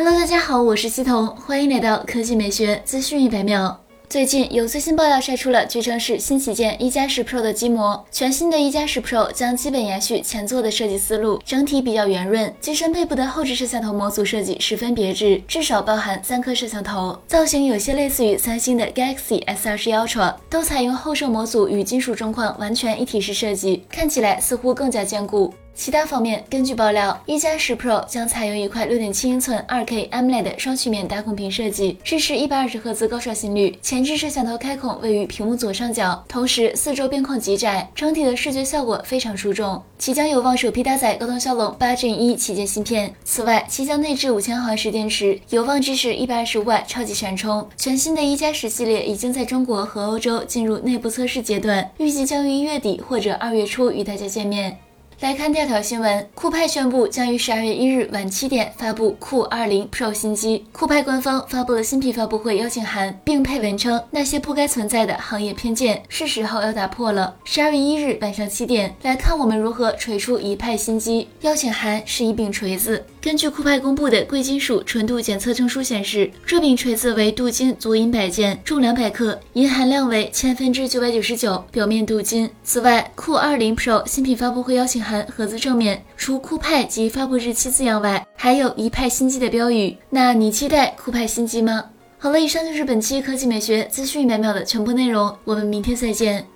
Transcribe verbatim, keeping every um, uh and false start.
Hello， 大家好，我是西彤，欢迎来到科技美学资讯一百秒。最近有最新爆料晒出了据称是新旗舰一加十 Pro 的机模，全新的一加十 Pro 将基本延续前作的设计思路，整体比较圆润。机身背部的后置摄像头模组设计十分别致，至少包含三颗摄像头，造型有些类似于三星的 Galaxy S 二十一 Ultra， 都采用后摄模组与金属中框完全一体式设计，看起来似乎更加坚固。其他方面，根据爆料，一加十 Pro 将采用一块 六点七英寸 二K AMOLED 双曲面打孔屏设计，支持一百二十赫兹高刷新率。前置摄像头开孔位于屏幕左上角，同时四周边框极窄，整体的视觉效果非常出众。其将有望首批搭载高通骁龙八 Gen 一旗舰芯片。此外，其将内置五千毫安时电池，有望支持一百二十五瓦超级闪充。全新的一加十系列已经在中国和欧洲进入内部测试阶段，预计将于一月底或者二月初与大家见面。来看第二条新闻，酷派宣布将于十二月一日晚七点发布酷二零 Pro 新机。酷派官方发布了新品发布会邀请函，并配文称那些不该存在的行业偏见是时候要打破了。十二月一日晚上七点，来看我们如何锤出一派新机。邀请函是一柄锤子。根据酷派公布的贵金属纯度检测证书显示，这柄锤子为镀金足银百件，重两百克，银含量为千分之九百九十九，表面镀金。此外，酷二零 Pro 新品发布会邀请函盒子正面除酷派及发布日期字样外，还有一派新机的标语。那你期待酷派新机吗？好了，以上就是本期科技美学资讯一百秒的全部内容，我们明天再见。